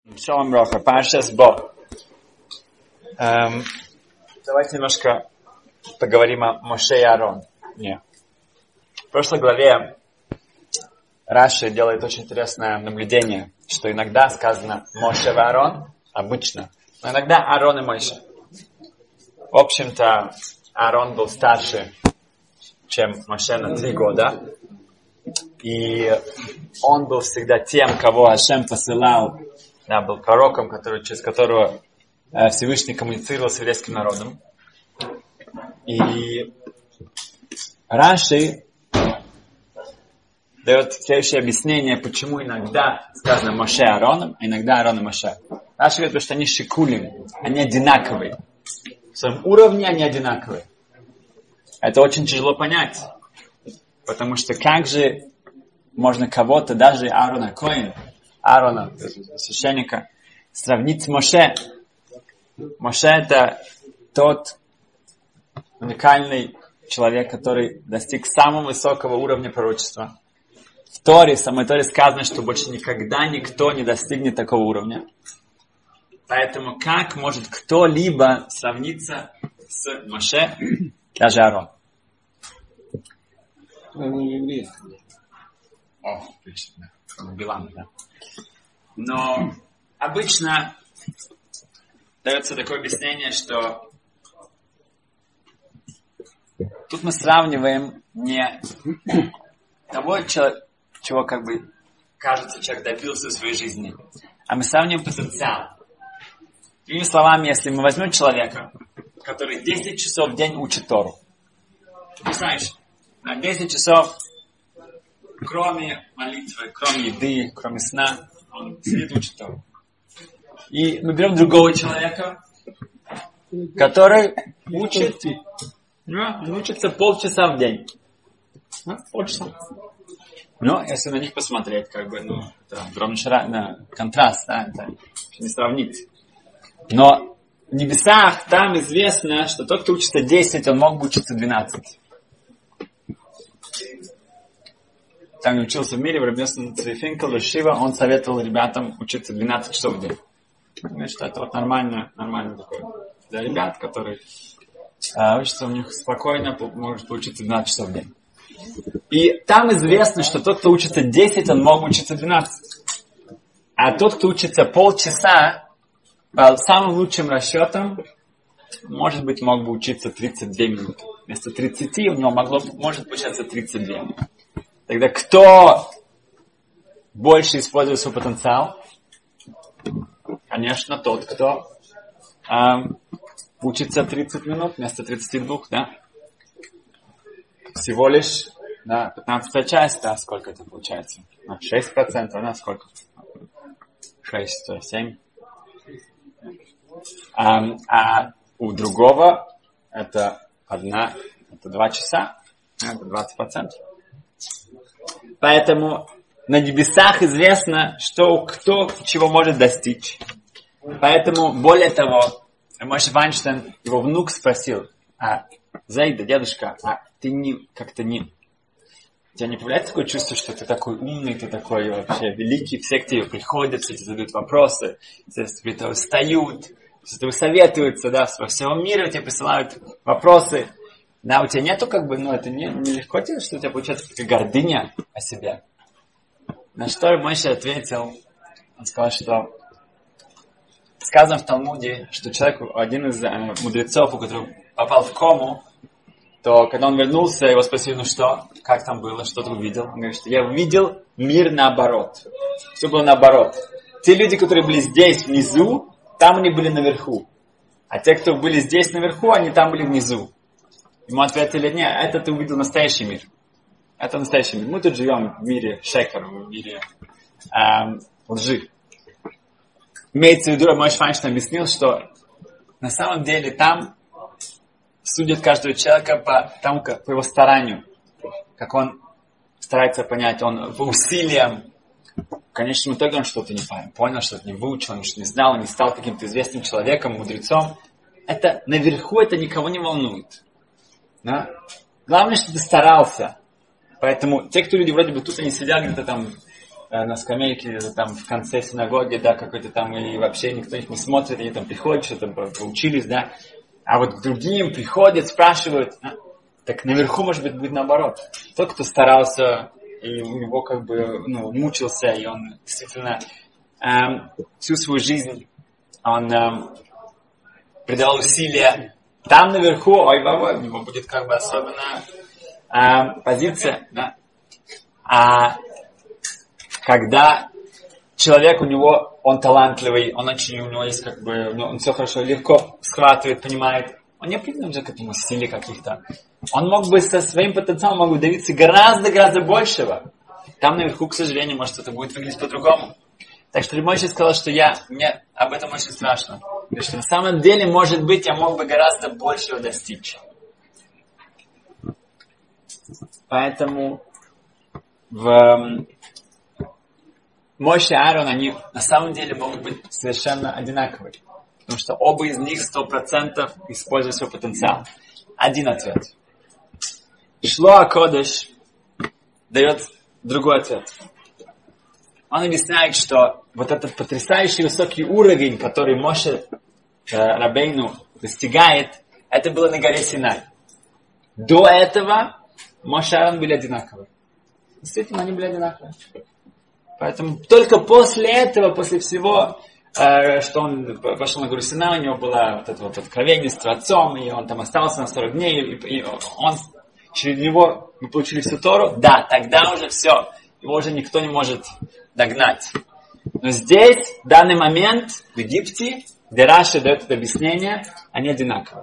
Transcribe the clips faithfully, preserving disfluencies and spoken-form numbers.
Шалом Роха, Паршас Бо. Эм, давайте немножко поговорим о Моше и Аароне. В прошлой главе Раши делает очень интересное наблюдение, что иногда сказано Моше и Аарон, обычно, но иногда Аарон и Моше. В общем-то, Аарон был старше, чем Моше на три года. И он был всегда тем, кого Ашем посылал, да, был пророком, который, через которого э, Всевышний коммуницировал с еврейским народом. И Раши дает следующее объяснение, почему иногда сказано Моше Аароном, а иногда Аарон и Моше. Раши говорит, потому что они шикулим, они одинаковые. В своем уровне они одинаковые. Это очень тяжело понять. Потому что как же можно кого-то, даже Аарона Коэн, Аарона, священника, сравнить с Моше? Моше это тот уникальный человек, который достиг самого высокого уровня пророчества. В Торе, в самой Торе сказано, что больше никогда никто не достигнет такого уровня. Поэтому как может кто-либо сравниться с Моше, даже Аарон? О, отлично. Билан, да. Но обычно дается такое объяснение, что тут мы сравниваем не того, чего как бы кажется, человек добился в своей жизни, а мы сравниваем потенциал. Другими словами, если мы возьмем человека, который десять часов в день учит Тору, ты знаешь, на десять часов, кроме молитвы, кроме еды, кроме сна, он сидит учит Тору. И мы берем другого человека, который учит, да, учится полчаса в день. А, полчаса. Но если на них посмотреть, как бы, ну, это огромный шара, да, контраст, да, это не сравнить. Но в небесах там известно, что тот, кто учится десять, он мог бы учиться двенадцать. Там не учился в мире, в Рабинсон Цвейфинкл, Шива, он советовал ребятам учиться двенадцать часов в день. Значит, что это вот нормально, нормально такое для ребят, которые а, учатся у них спокойно, может поучиться двенадцать часов в день. И там известно, что тот, кто учится десять, он мог учиться двенадцать. А тот, кто учится полчаса, по самым лучшим расчетам, может быть, мог бы учиться тридцать две минуты. Вместо тридцати у него могло, может получаться тридцать две минуты. Тогда кто больше использует свой потенциал? Конечно, тот, кто э, учится тридцать минут вместо тридцати двух, да? Всего лишь, да, пятнадцатая часть, да, сколько это получается? шесть процентов, да, сколько? шесть, семь. А, а у другого это одна, это два часа, это двадцать процентов. Поэтому на небесах известно, что кто чего может достичь. Поэтому, более того, Моше Вайнштейн, его внук спросил: а, Зайда, дедушка, а ты не, как-то не... У тебя не появляется такое чувство, что ты такой умный, ты такой вообще великий, все к тебе приходят, все тебе задают вопросы, все с тобой встают, все с тобой советуются, да, во всем мире тебе присылают вопросы. Да, у тебя нету как бы, ну это не, не легко тебе, что у тебя получается такая гордыня о себе. На что Моше ответил, он сказал, что сказано в Талмуде, что человек, один из э, мудрецов, у которого попал в кому, то когда он вернулся, его спросили, ну что, как там было, что ты увидел? Он говорит, что я увидел мир наоборот. Все было наоборот. Те люди, которые были здесь внизу, там они были наверху. А те, кто были здесь наверху, они там были внизу. Ему ответили: нет, это ты увидел настоящий мир. Это настоящий мир. Мы тут живем в мире шекер, в мире эм, лжи. Имеется в виду, Моше Вайнштейн объяснил, что на самом деле там судят каждого человека по тому, как, по его старанию. Как он старается понять, он по усилиям. В конечном итоге он что-то не понял, понял, что-то не выучил, он что-то не знал, он не стал каким-то известным человеком, мудрецом. Это наверху это никого не волнует. Да? Главное, что ты старался. Поэтому те, кто люди вроде бы тут, они сидят где-то там э, на скамейке там в конце синагоги, да, какой-то там, и вообще никто их не смотрит, они там приходят, что-то поучились, да. А вот к другим приходят, спрашивают, а, так наверху, может быть, будет наоборот. Тот, кто старался, и у него как бы, ну, мучился, и он действительно эм, всю свою жизнь он эм, придал усилия. Там наверху, ой, баба, у него будет как бы особенная эм, позиция, да. А когда человек у него, он талантливый, он очень, у него есть как бы, ну, он все хорошо, легко схватывает, понимает, он не приведен же к этому силе каких-то. Он мог бы со своим потенциалом мог бы добиться гораздо-гораздо большего. Там наверху, к сожалению, может, это будет выглядеть по-другому. Так что Рабмойши сказал, что я, мне об этом очень страшно. Потому что на самом деле, может быть, я мог бы гораздо большего достичь. Поэтому в Моше и Аарон, они на самом деле могут быть совершенно одинаковые. Потому что оба из них сто процентов используют свой потенциал. Один ответ. Шлоа Кодеш дает другой ответ. Он объясняет, что вот этот потрясающий высокий уровень, который Моше э, Рабейну достигает, это было на горе Синай. До этого Моше и Аарон были одинаковые. Действительно, они были одинаковые. Поэтому только после этого, после всего, э, что он пошел на гору Синай, у него было вот это вот откровение с Творцом, и он там остался на сорок дней, и, и он, через него мы получили всю Тору, да, тогда уже все, его уже никто не может догнать. Но здесь, в данный момент, в Египте, где Раши дает это объяснение, они одинаковы.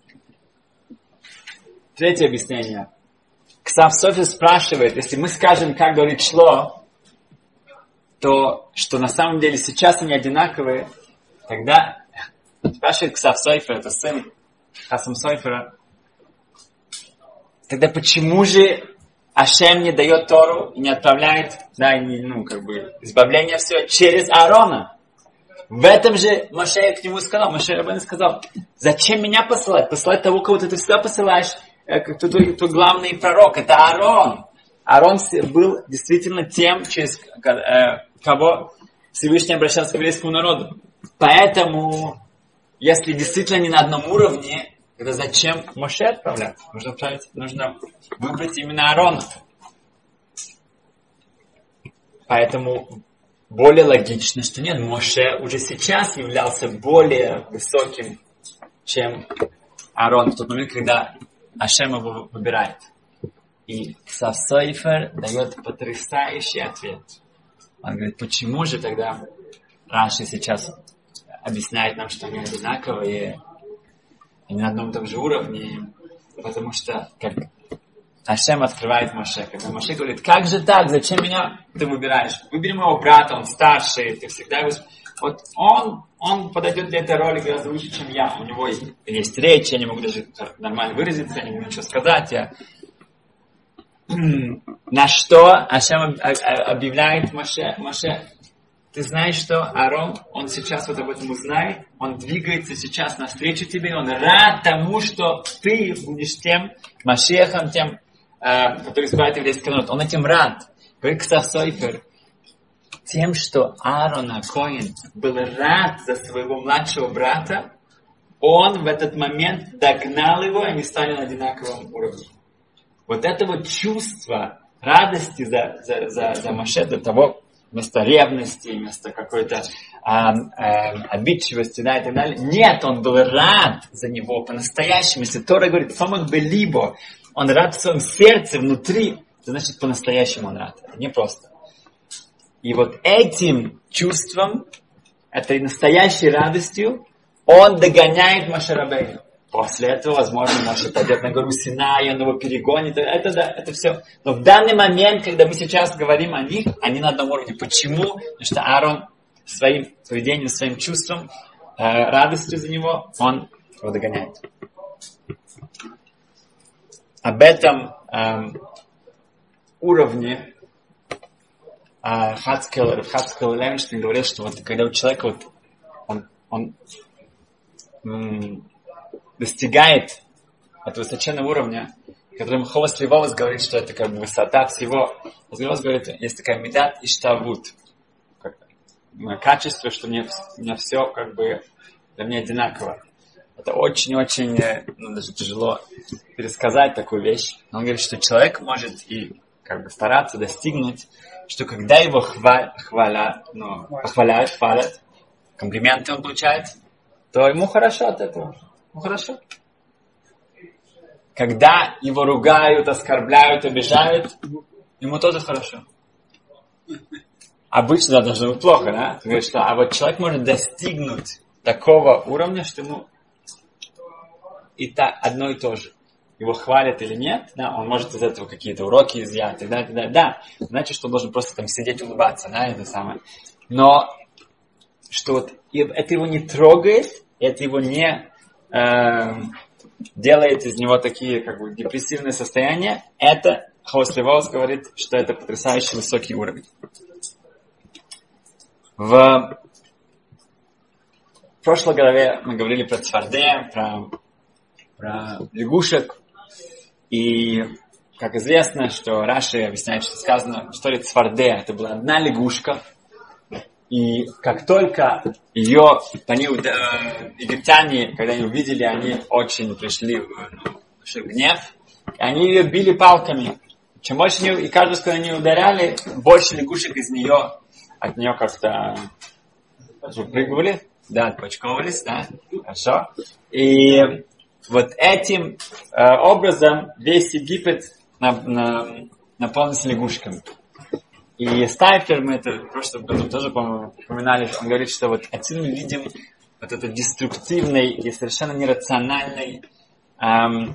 Третье объяснение. Ксав Софи спрашивает, если мы скажем, как говорит Шло, то, что на самом деле сейчас они одинаковые, тогда спрашивает Ксав Сойфер, это сын Хасам Сойфера, тогда почему же Ашем не дает Тору и не отправляет, да, не, ну, как бы, избавление все через Аарона? В этом же Моше к нему сказал, Моше Рабейну сказал, зачем меня посылать? Посылать того, кого ты всегда посылаешь, кто, кто, кто главный пророк, это Аарон. Аарон был действительно тем, через кого Всевышний обращался к еврейскому народу. Поэтому, если действительно не на одном уровне, тогда зачем Моше отправлять? Нужно отправить, нужно выбрать именно Аарона. Поэтому более логично, что нет, Моше уже сейчас являлся более высоким, чем Аарон в тот момент, когда Ашем его выбирает. И Ксав Сойфер дает потрясающий ответ. Он говорит, почему же тогда Раши сейчас объясняет нам, что они одинаковые, они на одном и том же уровне, потому что как Ашем открывает Моше. Когда Моше говорит, как же так, зачем меня ты выбираешь? Выбери моего брата, он старший, ты всегда его... Вот он, он подойдет для этой роли гораздо лучше, чем я. У него есть речь, я не могу даже нормально выразиться, я не могу ничего сказать. Я... На что Ашем объявляет Моше, Моше, ты знаешь, что Аарон, он сейчас вот об этом узнает, он двигается сейчас навстречу тебе, он рад тому, что ты будешь тем Машехом, тем, э, который избавит еврейский народ. Он этим рад. Говорит Ксав Сойфер, тем, что Аарон а-Коэн был рад за своего младшего брата, он в этот момент догнал его, и они стали на одинаковом уровне. Вот это вот чувство радости за, за, за, за Моше до того, вместо ревности, вместо какой-то а, а, обидчивости, да, и так далее. Нет, он был рад за него по-настоящему. Если Тора говорит, «Фомак белибо», он рад в своем сердце, внутри, это значит, по-настоящему он рад. Это не просто. И вот этим чувством, этой настоящей радостью, он догоняет Моше Рабейну. После этого, возможно, Моше пойдет на гору Синай, он его перегонит. Это, да, это все. Но в данный момент, когда мы сейчас говорим о них, они на одном уровне. Почему? Потому что Аарон своим поведением, своим чувством, э, радостью за него, он его догоняет. Об этом э, уровне э, Хацкел, Хацкел Левинштейн говорил, что вот когда у человека вот, он, он м- достигает от высоченного уровня, которым Ховасли Волос говорит, что это как бы высота всего. Ховасли Волос говорит, есть такая медат иштавут. Качество, что мне, у меня все как бы для меня одинаково. Это очень-очень, ну, даже тяжело пересказать такую вещь. Он говорит, что человек может и как бы стараться достигнуть, что когда его хвалят, хваля, ну, похваляют, хвалят, комплименты он получает, то ему хорошо от этого. Ему хорошо. Когда его ругают, оскорбляют, обижают, ему тоже хорошо. Обычно должно быть плохо, да? Говорит, что, а вот человек может достигнуть такого уровня, что ему и так одно и то же. Его хвалят или нет, да, он может из этого какие-то уроки изъять, и да, и да, да. Значит, что он должен просто там сидеть, улыбаться, да, это самое. Но что вот это его не трогает, это его не э, делает из него такие как бы депрессивные состояния, это Ховасли Волос говорит, что это потрясающе высокий уровень. В прошлой главе мы говорили про цварде, про, про лягушек. И, как известно, что Раши объясняет, что сказано, что это цварде, это была одна лягушка. И как только ее, они, э, египтяне, когда ее увидели, они очень пришли в, ну, в гнев. И они ее били палками. Чем больше они, и каждый раз, когда они ударяли, больше лягушек из нее, от нее как-то выпрыгивали, да, отпочковывались, да, хорошо. И вот этим э, образом весь Египет на, на, наполнился лягушками. И Стайфер, мы это в прошлом году тоже, по-моему, упоминали, он говорит, что вот отсюда мы видим вот этот деструктивный и совершенно нерациональный эм,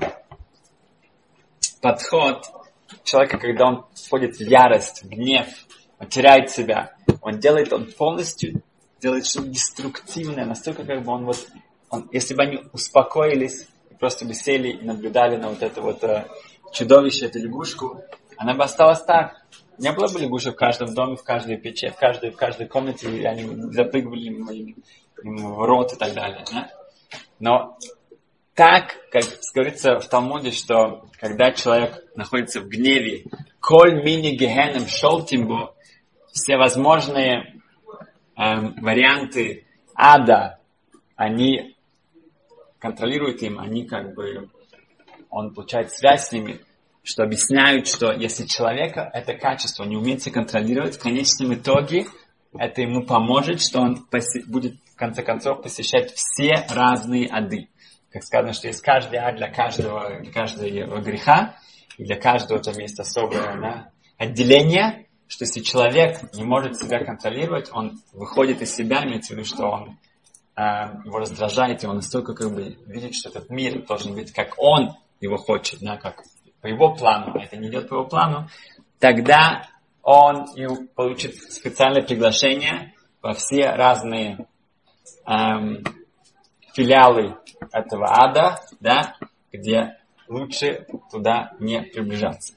подход человека, когда он входит в ярость, в гнев, он теряет себя. Он делает, он полностью делает что-то деструктивное, настолько как бы он вот, он, если бы они успокоились, и просто бы сели и наблюдали на вот это вот э, чудовище, эту лягушку, она бы осталась так. Не было бы лягушек в каждом доме, в каждой печи, в каждой, в каждой комнате, и они запрыгивали им, им, им в рот и так далее. Да? Но так, как говорится в Талмуде, что когда человек находится в гневе, коль мини гехенем шолтимбо, все возможные эм, варианты ада, они контролируют им, они как бы, он получает связь с ними, что объясняют, что если человека это качество не умеет себя контролировать, в конечном итоге это ему поможет, что он поси- будет в конце концов посещать все разные ады. Как сказано, что есть каждый ад для каждого, для каждого греха, и для каждого там есть особое, да, отделение, что если человек не может себя контролировать, он выходит из себя, имеется в виду, что он э, его раздражает, и он настолько как бы видит, что этот мир должен быть, как он его хочет, да, как по его плану, а это не идет по его плану, тогда он получит специальное приглашение во все разные эм, филиалы этого ада, да, где лучше туда не приближаться.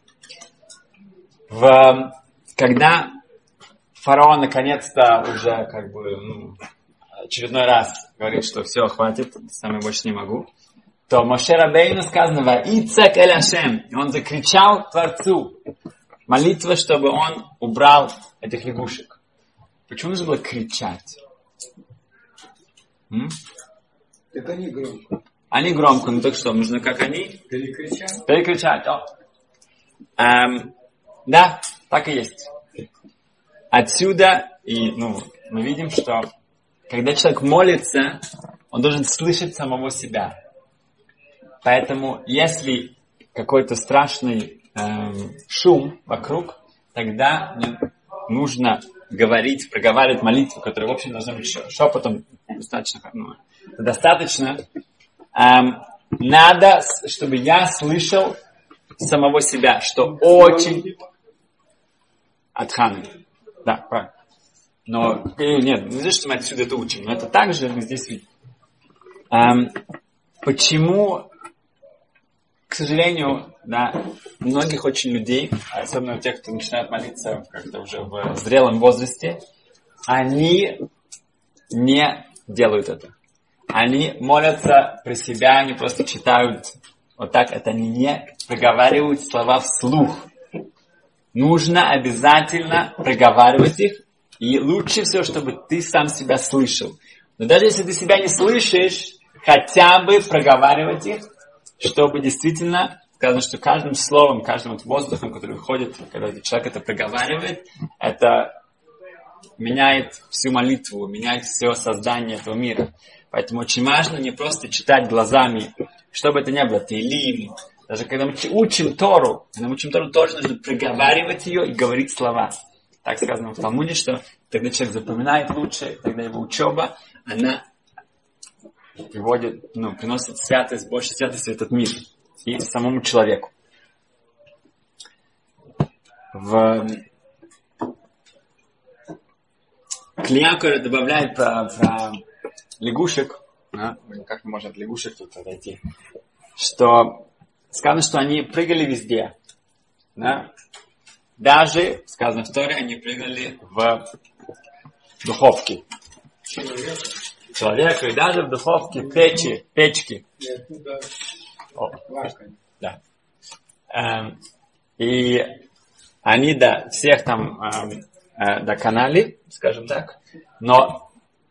В, когда фараон наконец-то уже как бы ну, очередной раз говорит, что все, хватит, сам больше не могу, то Моше Рабейну сказано «Ваицак эль Ашем», и он закричал Творцу молитва, чтобы он убрал этих лягушек. Почему нужно было кричать? М? Это они громко. Они громко, ну так что, нужно как они? Перекричать? Перекричать, о. Эм, да, так и есть. Отсюда, и, ну, мы видим, что когда человек молится, он должен слышать самого себя. Поэтому, если какой-то страшный эм, шум вокруг, тогда нужно говорить, проговаривать молитву, которая, в общем, должна быть шепотом, достаточно, ну, достаточно. Эм, надо, чтобы я слышал самого себя, что очень... От Ханы. Да, правильно. Но, нет, не знаю, что мы отсюда это учим, но это также мы здесь видим. Эм, почему... К сожалению, да, у многих очень людей, особенно у тех, кто начинает молиться как-то уже в зрелом возрасте, они не делают это. Они молятся про себя, они просто читают вот так, это они не проговаривают слова вслух. Нужно обязательно проговаривать их, и лучше всего, чтобы ты сам себя слышал. Но даже если ты себя не слышишь, хотя бы проговаривать их, чтобы действительно, сказано, что каждым словом, каждым вот воздухом, который выходит, когда человек это проговаривает, это меняет всю молитву, меняет все создание этого мира. Поэтому очень важно не просто читать глазами, что бы это ни было, Теилим. Даже когда мы учим Тору, когда мы учим Тору, тоже нужно проговаривать ее и говорить слова. Так сказано в Талмуде, что тогда человек запоминает лучше, тогда его учеба, она приводит, ну, приносит святость, больше святости в этот мир и самому человеку. В Клиякор добавляет про, про лягушек, а? Как можно от лягушек тут отойти, что сказано, что они прыгали везде, да? Даже, сказано в Торе, они прыгали в духовке. Человеку, и даже в духовке печи, печки. О, да. Эм, и они, да, всех там эм, э, доконали, скажем так, но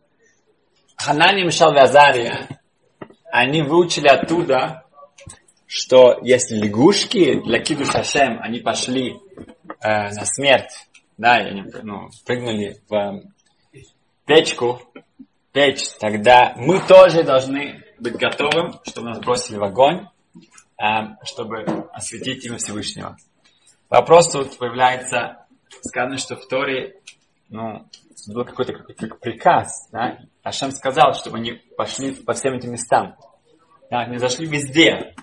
Ханани, Мишаль и Азария, они выучили оттуда, что если лягушки для Кидуш Хашем, они пошли э, на смерть, да, и они, ну, прыгнули в печку, печь, тогда мы тоже должны быть готовым, чтобы нас бросили в огонь, э, чтобы осветить имя Всевышнего. Вопрос тут появляется, сказано, что в Торе, ну, был какой-то, какой-то приказ, да, Ашем сказал, чтобы они пошли по всем этим местам. Да, они зашли везде.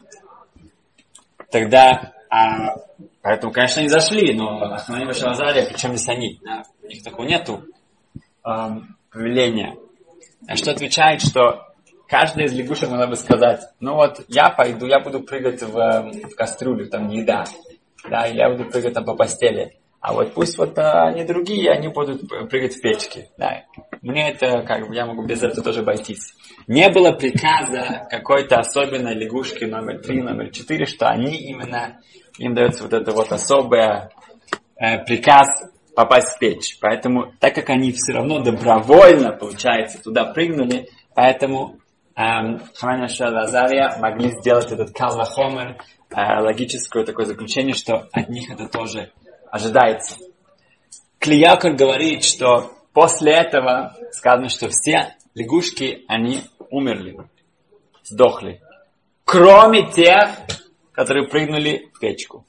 Тогда, а, поэтому, конечно, они зашли, но Ханани, Мишаль и Азария, причем здесь они, да, у них такого нету эм, повеления. А что отвечает, что каждая из лягушек могла бы сказать, ну вот, я пойду, я буду прыгать в, в кастрюлю, там еда, да, или я буду прыгать там по постели. А вот пусть вот а, они другие, они будут прыгать в печки. Да. Мне это, как бы, я могу без этого тоже обойтись. Не было приказа какой-то особенной лягушки номер три, номер четыре, что они именно, им дается вот это вот особый э, приказ попасть в печь. Поэтому, так как они все равно добровольно, получается, туда прыгнули, поэтому эм, Ханани, Мишаль и Азария могли сделать этот кал вахомер, э, логическое такое заключение, что от них это тоже ожидается. Клиякор говорит, что после этого сказано, что все лягушки, они умерли, сдохли. Кроме тех, которые прыгнули в печку.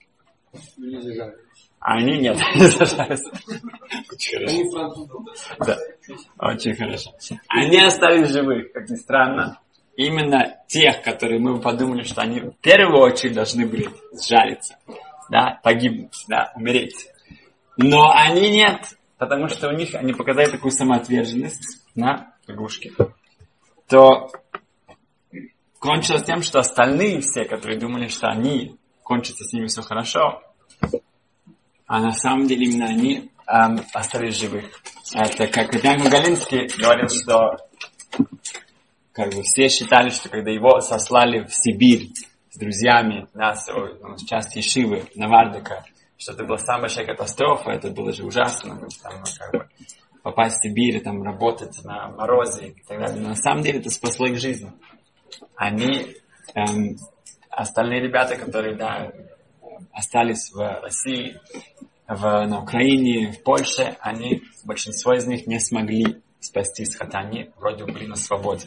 Они нет, не зажарились. Очень хорошо. Да, очень хорошо. Они остались живых, как ни странно. Именно тех, которые мы подумали, что они в первую очередь должны были сжариться. Да, погибнуть, да, умереть. Но они нет, потому что у них, они показали такую самоотверженность на лягушки. То кончилось тем, что остальные все, которые думали, что они, кончится с ними все хорошо, а на самом деле именно они эм, остались живых. Это как Янко Галинский говорил, что как бы все считали, что когда его сослали в Сибирь с друзьями, да, с, с части Ешивы, на Вардека, что это была самая большая катастрофа, это было же ужасно, там, как бы, попасть в Сибирь, там, работать на морозе и так далее. Но на самом деле это спасло их жизнь. Они, эм, остальные ребята, которые, да, остались в России, в, на Украине, в Польше, они, большинство из них не смогли спастись, хотя они вроде были на свободе.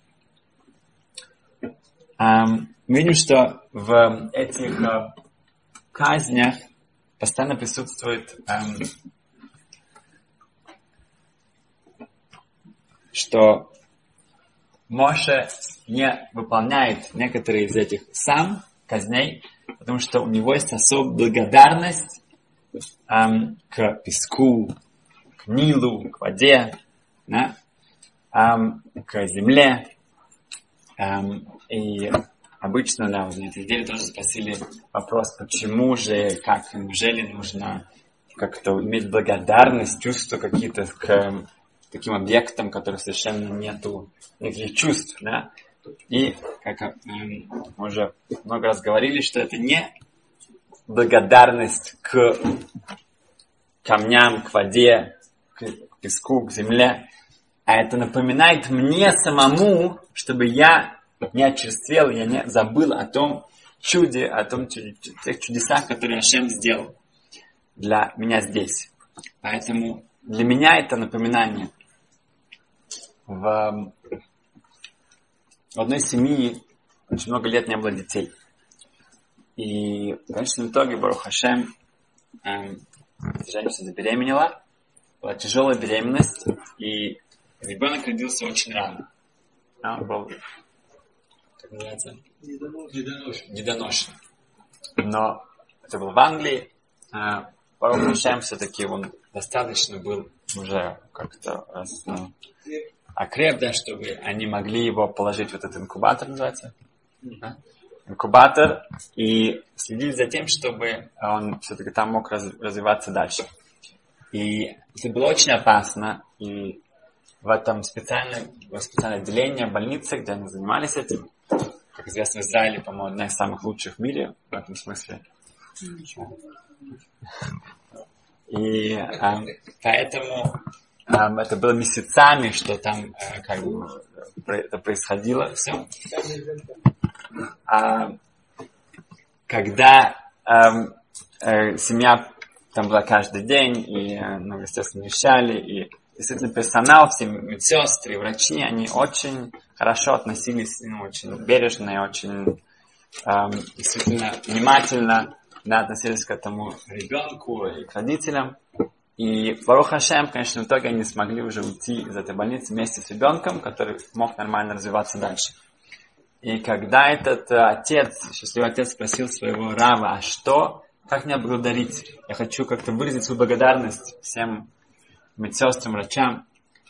Um, мы видим, что в этих uh, казнях постоянно присутствует, um, что Моше не выполняет некоторые из этих сам казней, потому что у него есть особая благодарность um, к песку, к Нилу, к воде, да? um, к земле. Um, И обычно, да, вот на этой неделе тоже спросили вопрос, почему же, как, неужели нужно как-то иметь благодарность, чувства какие-то к таким объектам, которых совершенно нету никаких чувств, да. И, как э, мы уже много раз говорили, что это не благодарность к камням, к воде, к песку, к земле, а это напоминает мне самому, чтобы я не очерствел, я не забыл о том чуде, о том тех чудесах, которые Ашем сделал для меня здесь. Поэтому для меня это напоминание. В, в одной семье очень много лет не было детей. И в конечном итоге Барух Ашем эм, женщина забеременела, была тяжелая беременность, и ребенок родился очень рано. А, он был, как называется? Недоношенный. Недоношенный. Но это было в Англии. А, Барух Ашем все-таки он достаточно был уже как-то раз, ну, окреп, да, чтобы они могли его положить в этот инкубатор, называется. Да? Инкубатор, и следить за тем, чтобы он все-таки там мог раз, развиваться дальше. И это было очень опасно, и в этом специальное, специальное отделение больницы, где они занимались этим, как известно, в Израиле, по-моему, одна из самых лучших в мире в этом смысле. И э, поэтому э, это было месяцами, что там э, как бы это происходило все. А, когда э, э, семья там была каждый день, и, ну, естественно, вещали, и действительно персонал, все медсестры, врачи, они очень хорошо относились, ну, очень бережно и очень э, действительно внимательно, да, относились к этому ребенку и к родителям. И Барух Ашем, конечно, в итоге они смогли уже уйти из этой больницы вместе с ребенком, который мог нормально развиваться дальше. И когда этот отец, счастливый отец, спросил своего рава, а что, как меня благодарить? Я хочу как-то выразить свою благодарность всем медсестрам, врачам.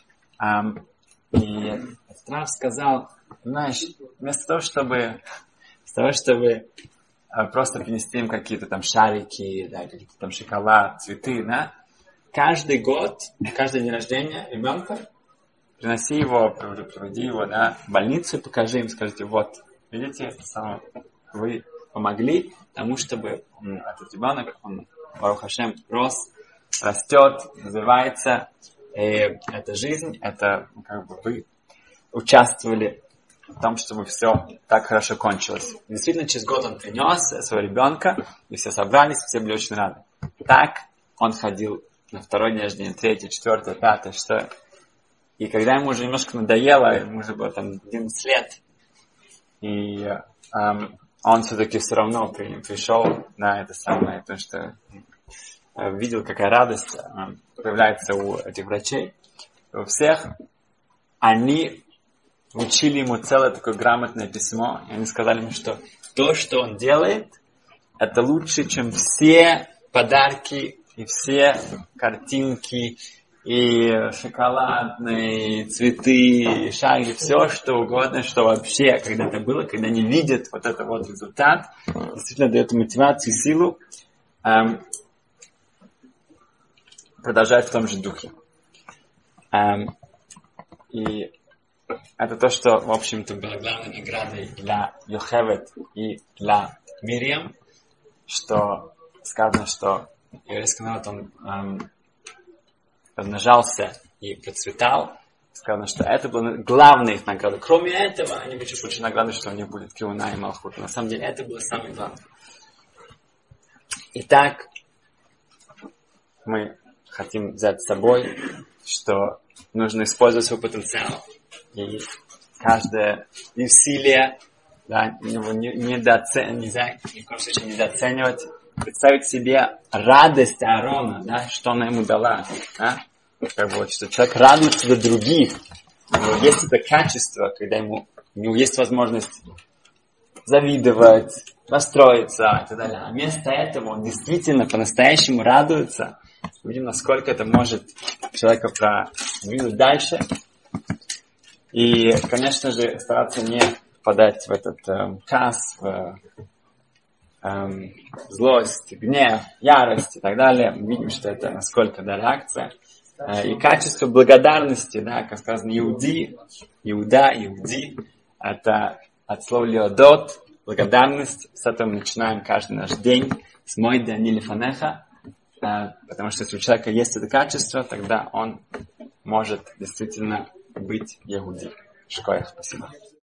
И этот рав сказал, знаешь, вместо того, чтобы, вместо того, чтобы просто принести им какие-то там шарики, да, какие-то там шоколад, цветы, да, каждый год, каждый день рождения ребенка, приноси его, приводи его, да, в больницу, покажи им, скажите, вот, видите, вы помогли тому, чтобы этот ребенок, он, Барух Ашем, рос, растет, развивается, и это жизнь, это, как бы, вы участвовали в том, чтобы все так хорошо кончилось. Действительно, через год он принес своего ребенка, и все собрались, все были очень рады. Так он ходил на второй день рождения, третий, четвертый, пятый, что. И когда ему уже немножко надоело, ему уже было там одиннадцать лет, и эм, он все-таки все равно при, пришел на это самое, потому что э, видел, какая радость э, появляется у этих врачей, у всех. Они учили ему целое такое грамотное письмо, и они сказали ему, что то, что он делает, это лучше, чем все подарки и все картинки, и шоколадные, и цветы, и шарики, все что угодно, что вообще когда-то было, когда они видят вот этот вот результат, действительно дает мотивацию и силу эм, продолжать в том же духе. Эм, и это то, что, в общем-то, было главной наградой для Йохевед и для Мириам, что сказано, что еврейский народ, он эм, размножался и процветал. Сказано, что это была главная их награда. Кроме этого, они еще получили награду, что у них будет Киуна и Малхут. На самом деле, это было самое главное. Итак, мы хотим взять с собой, что нужно использовать свой потенциал. И каждое усилие, да, его не, недооцен... нельзя, ни в коем случае недооценивать. Представить себе радость Аарона, да, что она ему дала. Да? Как бы вот, что человек радуется за других. У него есть это качество, когда ему, у него есть возможность завидовать, расстроиться и так далее. А вместо этого он действительно по-настоящему радуется. Видим, насколько это может человека продвинуть дальше. И, конечно же, стараться не впадать в этот э, кас, в э, злость, гнев, ярость и так далее. Мы видим, что это насколько, да, реакция. Э, и качество благодарности, да, как сказано, Иуди, Иуда, Иуди, Это от слова леодот, благодарность. С этого мы начинаем каждый наш день. С мойда нилифанеха. Потому что если у человека есть это качество, тогда он может действительно быть ягуди. Шкоях, спасибо.